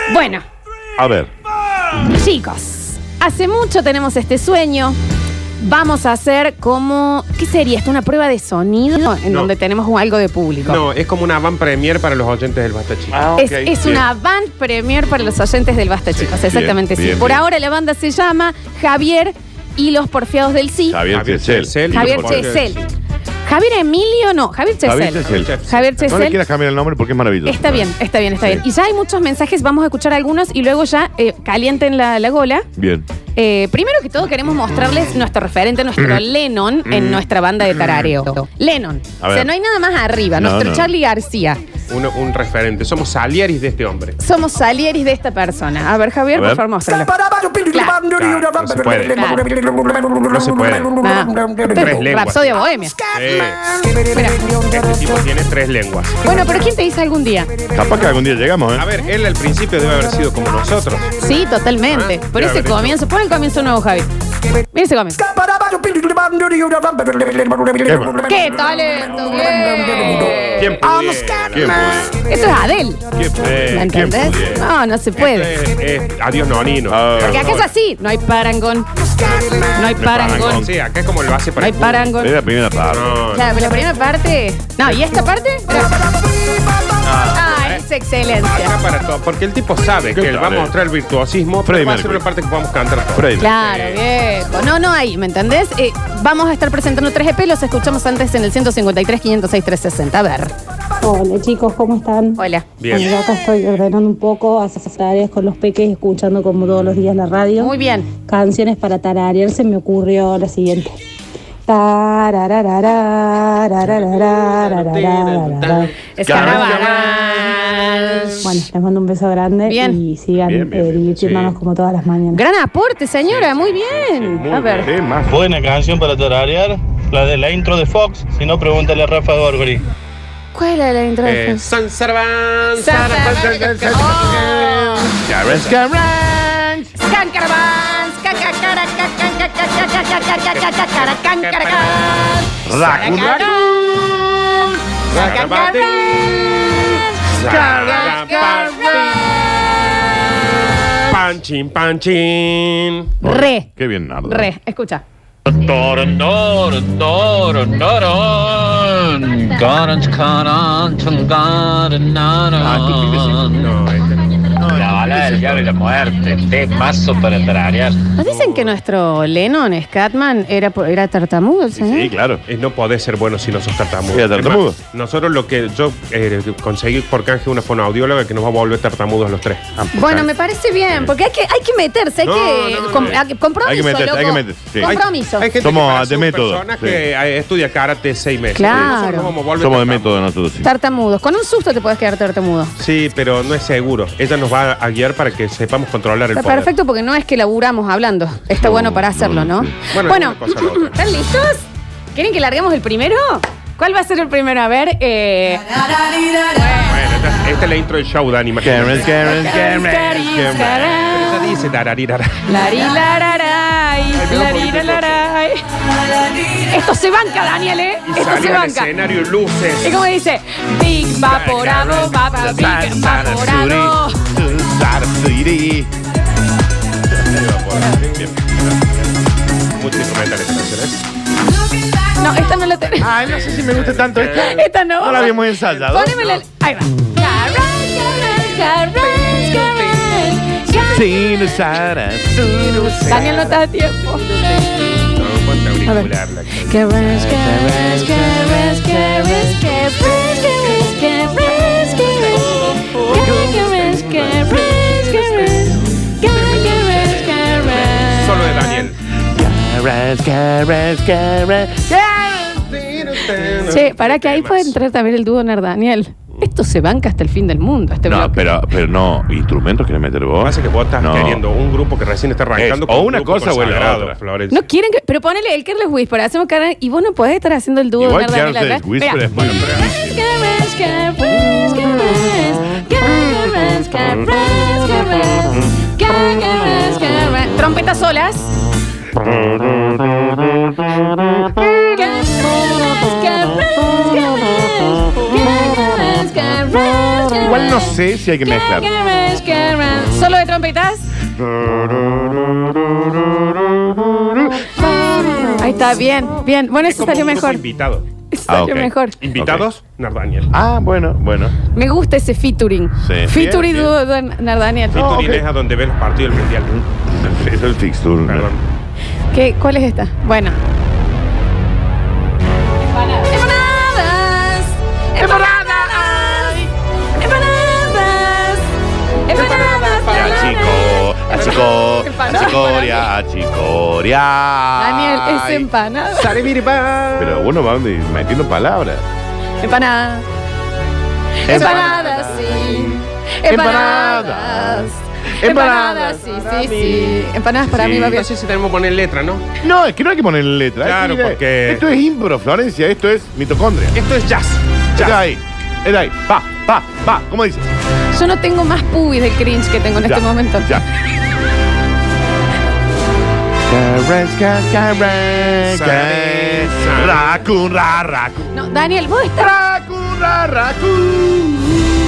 Bueno. A ver. Chicos, hace mucho tenemos este sueño. Vamos a hacer como... ¿Qué sería esto? ¿Una prueba de sonido? En donde tenemos algo de público. No, es como una avant premier para los oyentes del Basta Chicos. Es una band premier para los oyentes del Basta Chicos. Exactamente, bien, sí. bien, Por bien. ahora la banda se llama Javier y los porfiados del sí. Javier Chesel. Javier Chesel. Javier Emilio, no, Javier Chesel. Javier No le Chesel. quieras cambiar el nombre porque es maravilloso. Está bien. Y ya hay muchos mensajes, vamos a escuchar algunos y luego ya calienten la gola. Bien. Primero que todo queremos mostrarles nuestro referente, nuestro Lennon en nuestra banda de tarareo. Lennon. A O sea, ver. no hay nada más arriba. No, Nuestro no. Charlie García. Un referente. Somos salieris de este hombre. Somos salieris de esta persona. A ver, Javier, A ver. por favor, muéstralo. No se puede. No se puede. Tres lenguas. Rapsodia Bohemia. Mira. Este tipo tiene 3 lenguas. Bueno, pero ¿quién te dice algún día? Capaz que algún día llegamos, ¿eh? A ver, él al principio debe haber sido como nosotros. Sí, totalmente. Por debe ese haber comienzo, pon el comienzo nuevo, Javi. Mira ese comienzo. ¡Qué talento! ¡Bien! ¿Quién pudiera? ¿Quién puede? Esto es Adele. ¿Quién puede? ¿Me entendés? No, no se puede. Adiós Nonino. Porque acá es así. No hay parangón. No hay parangón. Sí, acá es como lo hace No para hay el fútbol. parangón. Es la primera parte. No, Claro, pero la primera parte. No, ¿y esta parte? Ah, es excelencia. acá para todo. Porque el tipo sabe que él va a mostrar el virtuosismo, pero Freddie va a ser Mercury. una parte que podamos cantar todos. Freddy. Claro, viejo. No hay, ¿me entendés? Vamos a estar presentando 3 EP, los escuchamos antes en el 153, 506, 360. A ver. Hola chicos, ¿cómo están? Hola. Bien. Yo acá estoy ordenando un poco, haciendo tareas con los peques, escuchando como todos los días la radio. Muy bien. Canciones para tararear, se me ocurrió la siguiente. Escarabagal. Bueno, les mando un beso grande Bien. y sigan Bien, bien, bien. divirtiéndonos Sí. como todas las mañanas. Gran aporte, señora. Muy bien. A ver. Sí, más. Buena canción para tararear, la de la intro de Fox. Si no, pregúntale a Rafa Gorgori. ¿Cuál es la intro de Fox? San Sarabán, Scancarabans, Panchin, panchin. Re, Qué bien, Nardo. re, escucha. La bala del diablo y la muerte, temazo para tararear. Nos dicen que nuestro Lennon, Scatman, era tartamudo, el señor. Sí, claro. No podés ser bueno si no sos tartamudo. ¿Era tartamudo? Es más, nosotros lo que yo conseguí por canje una fonoaudióloga que nos va a volver tartamudos los 3. Bueno, me parece bien, porque hay que meterse, hay No, que no, no, compromiso, Hay que meterse, loco. hay que meterse, sí. Compromiso. Hay gente Somos que parece de un método, persona sí. que estudia karate 6 meses. Claro. Nosotros nos vamos a volver Somos de tartamudos. método nosotros, sí. Tartamudos. Con un susto te puedes quedar tartamudo. Sí, pero no es seguro. Ella nos va a guiar para que sepamos controlar el Está poder. perfecto porque no es que laburamos hablando. Está bueno para hacerlo, ¿no? sí. Bueno, Bueno, una cosa a la otra. ¿están listos? ¿Quieren que larguemos el primero? ¿Cuál va a ser el primero? A ver, Bueno, esta es la intro del show, Dani. imagínate. Karen. Pero ella dice tararirara. Larilararay, larirararay. Esto se banca, Daniel, ¿eh? Y Esto se salió al banca. escenario luces. Y como dice, Big Vaporado, Big Vaporado. Mucho instrumental esta canción, ¿eh? No, esta no la tenemos. Ay, no sé si me gusta tanto esta. Esta no. No la habíamos ensayado. Ponémela. Ahí va. Daniel no está a tiempo. No, ponte auricular la canción. Solo de Daniel. Che, para que ahí puede entrar también el dúo Nardaniel. Esto se banca hasta el fin del mundo, este No, bloque. pero no, instrumentos querés meter Lo vos. que pasa es que vos estás No. queriendo un grupo que recién está arrancando. O con un una grupo cosa o la consagrado, otra. Florencia. No quieren que. Pero ponele el Carlos Whisper, hacemos cara y vos no podés estar haciendo el dúo Igual Nardaniel Carlos acá. Whisper Mira. es bueno, Trompetas solas. Igual no sé si hay que mezclar. ¿Solo de trompetas? Ahí está, bien, bien. Bueno, eso Como salió un grupo mejor. invitado. Eso salió ok. mejor. Invitados, Nardaniel. Ah, bueno. Me gusta ese featuring. Sí. Featuring Bien, dúo de Nardaniel. No, Featuring ok. es a donde ve los partidos del Mundial. Es el fixture. Perdón. ¿Cuál es esta? Bueno. Empanadas. Empanadas. Empanadas. Empanadas. A chicoria. Daniel, es empanada. Pero bueno, van metiendo palabras. Empanada. Empanadas, sí. Empanadas. Empanadas, sí. Empanadas para mí va bien. No sé si tenemos que poner letra, ¿no? No, es que no hay que ponerle letra. Claro, Mire, porque- esto es impro, Florencia. Esto es mitocondria. Esto es jazz. Es de ahí. Es de ahí. Va. ¿Cómo dices? Yo no tengo más pubis de cringe que tengo en este momento. Ya. Raccoon, raccoon. No, Daniel, vos estás. Raccoon.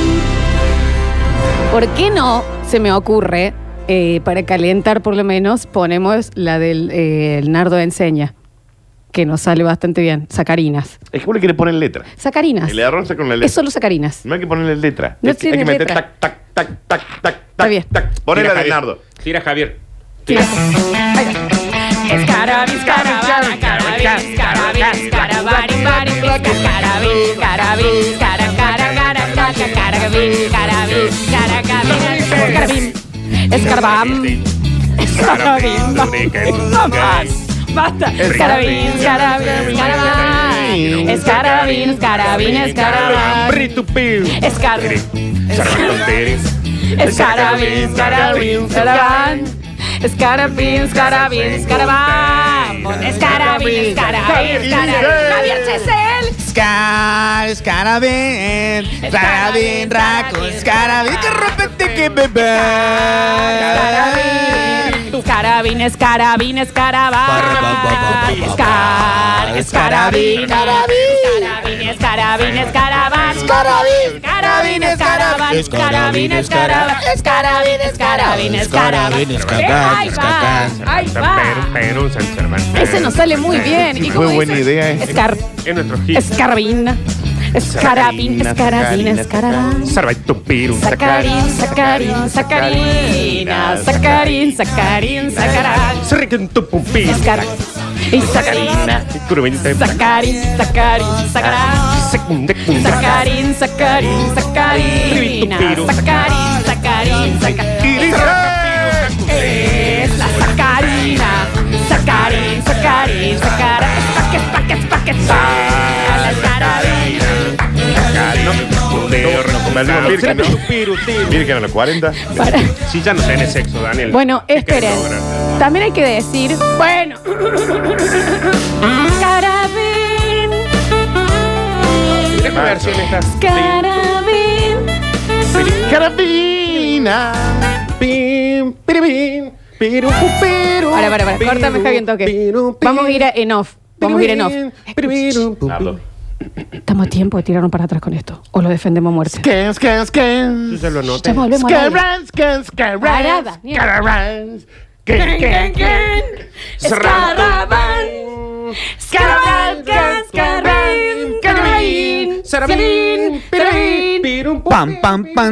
¿Por qué no se me ocurre, para calentar por lo menos, ponemos la del el Nardo Enseña? Que nos sale bastante bien. Sacarinas. Es que vos le querés poner letra. Sacarinas. El error está con la letra. Es solo sacarinas. No hay que ponerle letra. No hay tiene que meter letra. tac, bien. Ponela Tira, de Javier. Nardo. Tira, Javier. Tira. Ahí va. Escarabis, carabana, carabis, carabis, carabarin, barin, carabis, carabis, cara, cara, cara, cara, carabis, carabis, cara, carabin, escarbam, escarbim, no más, basta, escarabin, escarabin, escarabin, escarabin, escarabin, escarabin, escarabin, escarabin, escarabin, escarabin. Escarabín, escarabín, escarabán. Escarabín, escarabín, escarabín. Javier Chesel. Escarabén, escarabén, raco, escarabén, que repente que bebé. Escarabín, escarabín, escarabán. Escarabín, escarabín, escarabín, escarabán. Escarabín, escarabán, escarabín, escarabán. Escarabín, escarabín, escarabán. Ahí va, ahí va. Pero, San Germán. Ese nos sale muy bien. Sí, ¿Y fue cómo buena dice? idea. Es nuestro hit. Escarabín, escarabín, escarabín, escarabán. Sarbaitupirum. Sacarín, sacarín, sacarina, sacarín, sacarín, sacarán. Sarriquentupumpi. Escar y sacarina, sacarín, sacarín, sacarán. Sacarín, sacarín, sacarina, sacarín, sacarín, sacarín. Es la sacarina, sacarín, sacarín, sacarán. Espaque, la sacarina. Mire que eran los 40. Para. Si ya no tenés sexo, Daniel. Bueno, ¿Qué querés esperen. lograr? También hay que decir, bueno, Carabín, ¿De qué versión estás? Carabín. Carabina. Pim, piribim, piru, piru. Para, córtame, Javi, un toque. Vamos a ir en off. Vamos a ir en off. Nardo. Estamos a tiempo de tirarnos para atrás con esto. O lo defendemos a muerte. Yo ya lo noté. Ya volvemos a la Parada, Escarabans. Escarabán. Escarabán, escarabín, escarabín, Sarabín, piribim, pirum, Pam, pam, pam.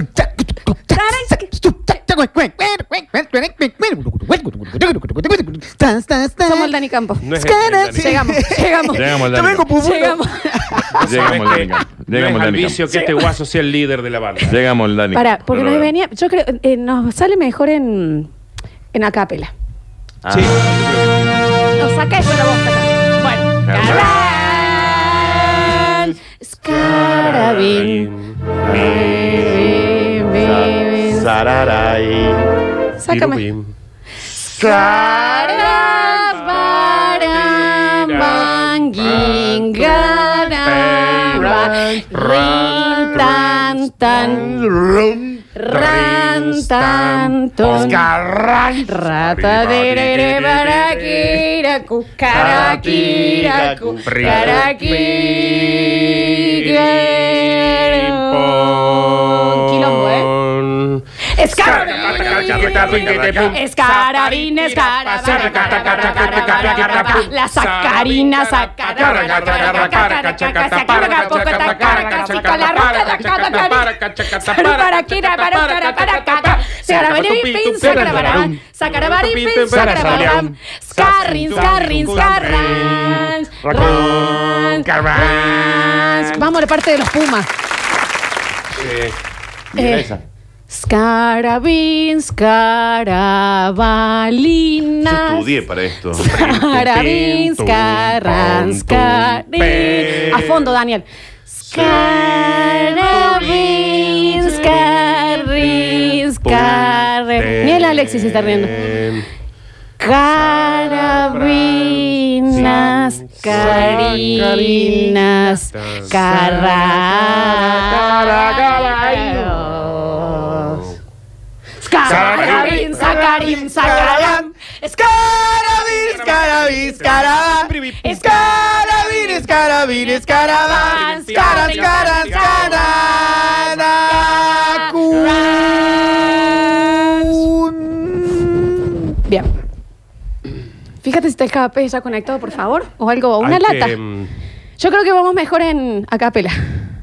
Somos el Dani Campos. No es el Dani. Llegamos. Llegamos al Yo vengo Dani. Llegamos. Llegamos al Dani. No Llegamos es al al Dani. vicio que este guaso sea el líder de la banda. Llegamos al Dani. Para, porque No nos lo venía, yo creo, nos sale mejor en acapela. Ah. Sí. Nos saca después la voz acá. Bueno. Carabán. Escarabín. Sararay. Sácame. Pirubim. Rin, tan, tan. Ran, tanto. Rata de baraquira, cucaraquira, cucaraquira. Quilombo, ¿eh? Escarabín, la sacarina, vamos a la parte de los Pumas. Scarabins, carabalinas. Yo estudié para esto. Scarabins, carranscarín. A fondo, Daniel. Scarabins, carrins, carre. Ni el Alexis se está riendo. Carabinas, carinas, Scarabin, sacarim, sacaram. Escarabin, escarabin, escarabin. Escarabin, escarabin, escarabin. Escaran, escaran, escaran. Bien. Fíjate si está el KP ya conectado, por favor. O algo, una lata. Yo creo que vamos mejor en a capela.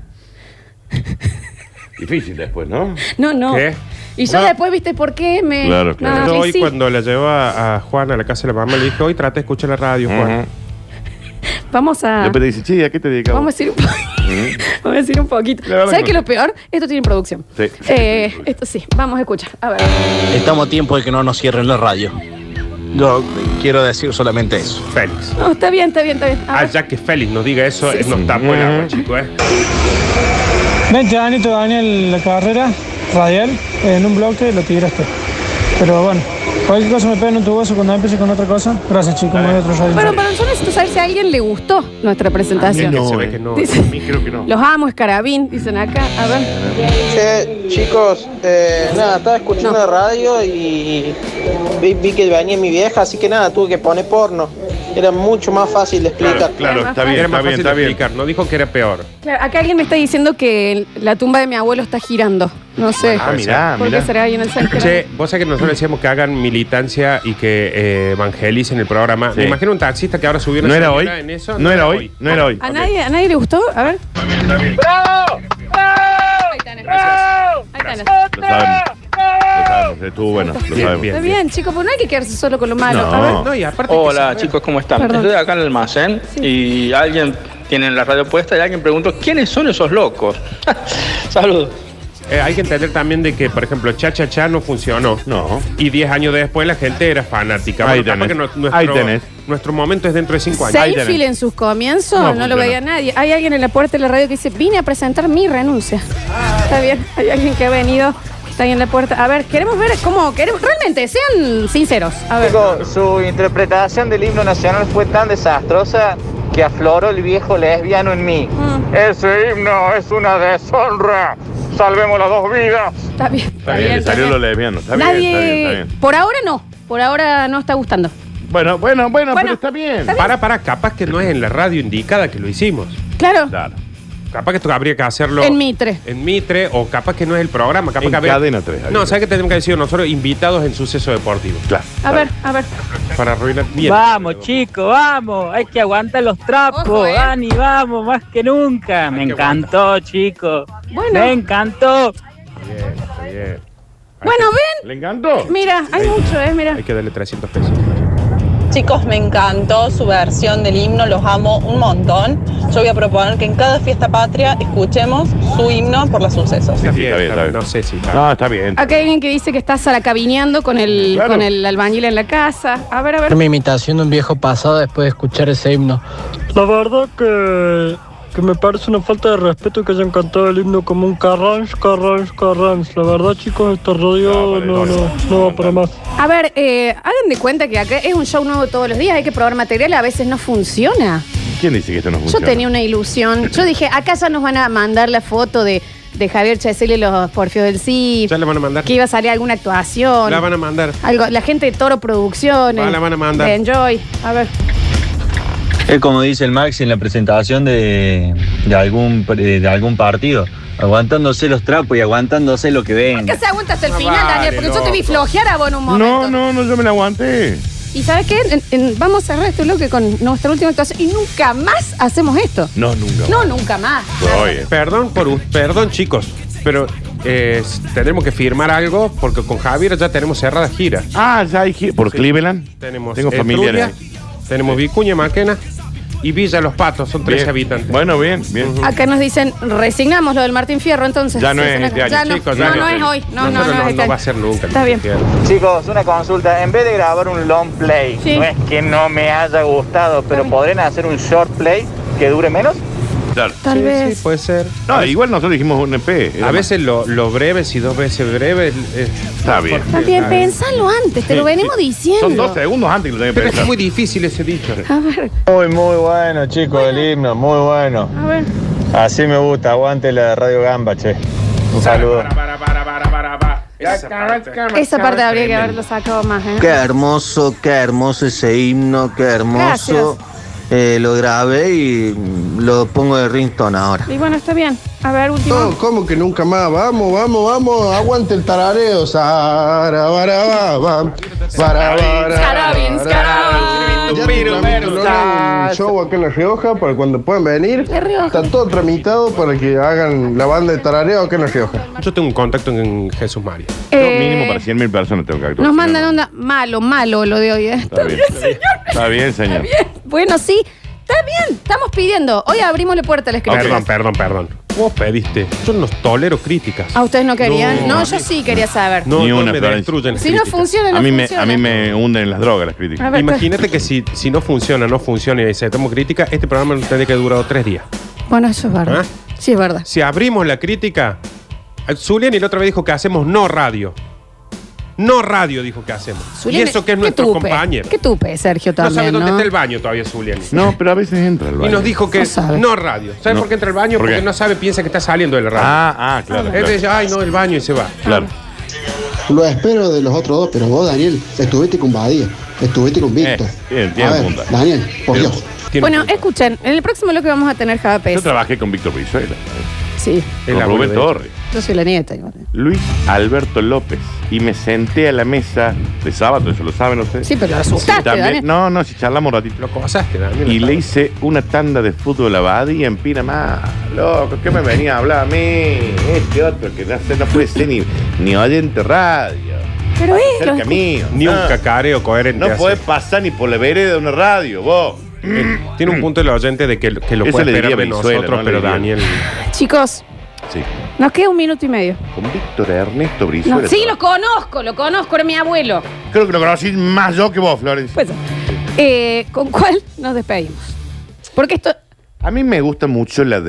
Difícil después, ¿no? No. ¿Qué? Y yo después, ¿viste por qué? Claro. Yo hoy sí. cuando la llevo a Juan a la casa de la mamá, le dije, hoy trata de escuchar la radio, Juan. Vamos a... Después te dice, che, ¿a qué te dedicas? Vamos a decir vamos a decir un poquito. ¿Sabes qué es lo peor? Esto tiene producción. Sí. Esto sí, vamos a escuchar. A ver. Estamos a tiempo de que no nos cierren la radio. Yo quiero decir solamente eso. Félix. No, está bien. A ver. Ya que Félix nos diga eso, nos tapó el agua, chicos, ¿eh? 20 añitos, Daniel, la carrera radial, en un bloque lo tiraste. Pero bueno, cualquier cosa me pega en un tubazo cuando empiece con otra cosa. Gracias, chicos, me voy a otro radio. Pero yo necesito saber si a alguien le gustó nuestra presentación. No, se ve que no. Dice, A mí creo que no. Los amo, Escarabín, dicen acá. A ver. Che, chicos, nada, estaba escuchando la radio y vi que venía mi vieja, así que nada, tuve que poner porno. Era mucho más fácil de explicar. Claro, está bien, Era más está bien, fácil está de bien. explicar. No dijo que era peor. Claro, acá alguien me está diciendo que la tumba de mi abuelo está girando. No sé. Ah, mirá, ¿Por qué mirá. será ahí en el centro? Che, vos sabés que nosotros decíamos que hagan militancia y que evangelicen el programa. Sí. Me imagino un taxista que ahora subió una ¿No era hoy? señora en eso. No era hoy, no era hoy. ¿A nadie le gustó? A ver. ¡Bravo! Ahí tenés. Ahí tenés. Lo sabemos, estuvo bueno, lo sabemos. Está bien, chicos, pues no hay que quedarse solo con lo malo. No. A ver. No, y aparte Hola que chicos, ¿cómo están? Perdón. Estoy acá en el almacén y alguien tiene la radio puesta y alguien preguntó ¿quiénes son esos locos? Saludos. hay que entender también de que, por ejemplo, Cha Cha Cha no funcionó. No. Y 10 años después la gente era fanática. Ahí Bueno, capaz tenés. que Ahí tenés. Nuestro momento es dentro de 5 años. Ahí tenés. Seinfeld en sus comienzos no lo funciona. veía nadie. Hay alguien en la puerta de la radio que dice, vine a presentar mi renuncia. Está bien, hay alguien que ha venido, está ahí en la puerta. A ver, queremos ver cómo queremos. Realmente, sean sinceros. A ver. Chicos, su interpretación del himno nacional fue tan desastrosa que afloró el viejo lesbiano en mí. Ese himno es una deshonra. Salvemos las dos vidas. Está bien. Está bien, le salió lo lesbiano. Está Nadie, bien, está bien. por ahora no. Por ahora no está gustando. Bueno, pero está bien. Para, capaz que no es en la radio indicada que lo hicimos. Claro. Claro. Capaz que esto habría que hacerlo En Mitre. En Mitre, o capaz que no es el programa. Capaz En que habría... Cadena 3, No, ¿sabes qué tenemos que decir nosotros? Invitados en Suceso Deportivo. Claro. A ver. Para arruinar bien. Vamos, chicos, vamos. Hay que aguantar los trapos, Ojo, Dani, vamos, más que nunca. Me que encantó, chicos. Bueno. Me encantó. Bien. Bueno, ven. ¿Le encantó? Mira, hay mucho, mira. Hay que darle 300 pesos. Chicos, me encantó su versión del himno, los amo un montón. Yo voy a proponer que en cada fiesta patria escuchemos su himno por los sucesos. Sí, está bien. No sé si está. No, está bien. Acá hay alguien que dice que está salacabineando con el, Claro. con el albañil en la casa. A ver. Mi imitación de un viejo pasado después de escuchar ese himno. La verdad que me parece una falta de respeto que hayan cantado el himno como un carranz. La verdad, chicos, esta radio no va para más. A ver, hagan de cuenta que acá es un show nuevo todos los días, hay que probar material, a veces no funciona. ¿Quién dice que esto no Yo funciona? tenía una ilusión. Yo dije, acá ya nos van a mandar la foto de de Javier Chesel y los Porfios del CIF. Ya le van a mandar. Que iba a salir alguna actuación. La van a mandar. Algo, la gente de Toro Producciones. La van a mandar. De Enjoy. A ver. Es como dice el Maxi en la presentación de algún partido. Aguantándose los trapos y aguantándose lo que venga. ¿Por qué se aguanta hasta el final, Daniel? Porque yo te vi flojear a vos en un momento. No, yo me la aguanté. ¿Y sabes qué? Vamos a cerrar este bloque con nuestra última actuación y nunca más hacemos esto. No, nunca más. No, nunca más. Oye. Perdón, chicos, pero tendremos que firmar algo porque con Javier ya tenemos cerrada gira. Ah, ya hay gira. ¿Por Cleveland? Tengo familiares ahí. Tenemos Vicuña, Maquena y Villa Los Patos, son 13 habitantes. Bueno, bien. Acá nos dicen, resignamos lo del Martín Fierro, entonces. Ya no es este año, ya no, chicos. no es hoy. No va a ser nunca. Está bien. Chicos, una consulta. En vez de grabar un long play, Sí. no es que no me haya gustado, pero ¿podrían hacer un short play que dure menos? Claro. Tal vez. Sí, puede ser. No, igual nosotros dijimos un EP. A veces lo breve, si 2 veces breve. Está bien. También pensalo antes, te lo venimos diciendo. Son 2 segundos antes que lo tenés que Pero es pensar. muy difícil ese dicho. A ver, Muy bueno, chicos, el himno, muy bueno. a ver. Así me gusta, aguante la Radio Gamba, che. Un saludo. Esa parte habría que haberlo sacado más, ¿eh? Qué hermoso ese himno, qué hermoso. Lo grabé y lo pongo de ringtone ahora. Y bueno, está bien. A ver, último. No, ¿cómo que nunca más? Vamos, aguante el tarareo. Un show acá en La Rioja para cuando puedan venir. La Rioja. Está todo tramitado para que hagan la banda de tarareo acá en La Rioja. Yo tengo un contacto en Jesús María. Mínimo para 100.000 personas tengo que actuar. Nos mandan onda malo lo de hoy, ¿eh? Está bien, señor. Está bien, señor. Bueno, sí. Está bien, estamos pidiendo. Hoy abrimos la puerta al escritorio. Perdón. Vos pediste. Yo no tolero críticas. ¿A ustedes no querían? No, No, yo sí quería saber. No, Ni no una, me Florencia. destruyen las Si no críticas. funciona, no funciona. A mí me hunden en las drogas las críticas. A ver, Imagínate que si no funciona y aceptamos crítica, este programa tendría que haber durado 3 días. Bueno, eso es verdad. ¿Ah? Sí, es verdad. Si abrimos la crítica, Zuliani la otra vez dijo que hacemos no radio. No radio dijo que hacemos. Zuliani, y eso que es qué nuestro tupe, compañero. Qué tupe, Sergio, No también, sabe dónde ¿no? está el baño todavía Zuliani. No, pero a veces entra al baño. Y nos dijo que No sabe. no radio. ¿Sabes No. por qué entra al baño? ¿Por qué? Porque no sabe, piensa que está saliendo de la radio. Claro. Él dice, ay, no, el baño y se va. Claro. Lo espero de los otros dos, pero vos, Daniel, estuviste con Badía, estuviste con Víctor. Tiene A ver, punta. Daniel, por Dios. Bueno, escuchen, en el próximo bloque vamos a tener Yo JPS. trabajé con Víctor Brizuela. Sí, Con Rubén Torres. yo soy la nieta. igual. Luis Alberto López. Y me senté a la mesa de sábado, eso lo saben ustedes. Sí, pero lo asustaste, También, Daniel. no, si charlamos un ratito. Lo cosaste, Daniel. Y le hice una tanda de fútbol a Badía en Pinamar. Loco, ¿qué me venía a hablar a mí? Este otro que no puede ser ni oyente radio. Pero Cerca mío. Ni un cacareo coherente. No hace. podés pasar ni por la vereda de una radio, vos. Tiene un punto el oyente de que lo Eso puede le esperar diría de Brizuela, nosotros, ¿no? pero Le diría. Daniel. Chicos, Sí. nos queda 1 minuto y medio. Con Víctor Ernesto Brizuela. No, sí, lo conozco, era mi abuelo. Creo que lo conocí más yo que vos, Florencia. Pues, ¿con cuál nos despedimos? Porque esto... A mí me gusta mucho la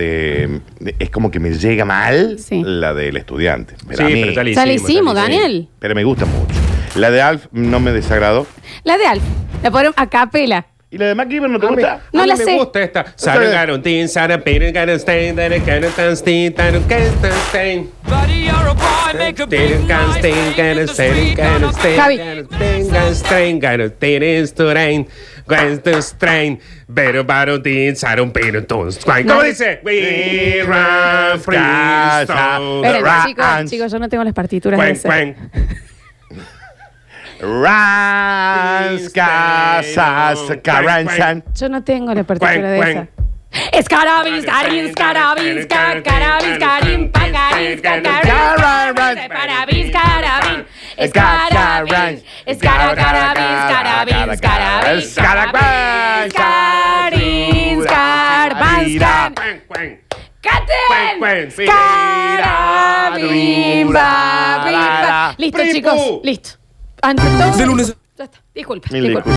es como que me llega mal Sí. la del estudiante. Pero Sí, a mí, pero ya le Ya la hicimos, hicimos, ya le hicimos. Daniel. pero me gusta mucho. La de Alf no me desagradó. La de Alf. La ponemos a capela. ¿Y la de MacGyver no te gusta? No a mí la me sé. gusta esta. ¿Cómo dice? We run free stone. Esperen, chicos, yo no tengo las partituras de ese. Rans, casas, carranchan. Yo no tengo la partitura de esa. Escarabis, carins, carabis, carabis, carim, pacaris, carabis, carabis, carabis, escarabis, escarabis, carabis, carabis, carins, carabis, ¡Caten! ¡Carabimba! Listo, chicos, listo. Ante todo... De lunes. Ya está. Disculpe. Mil disculpas.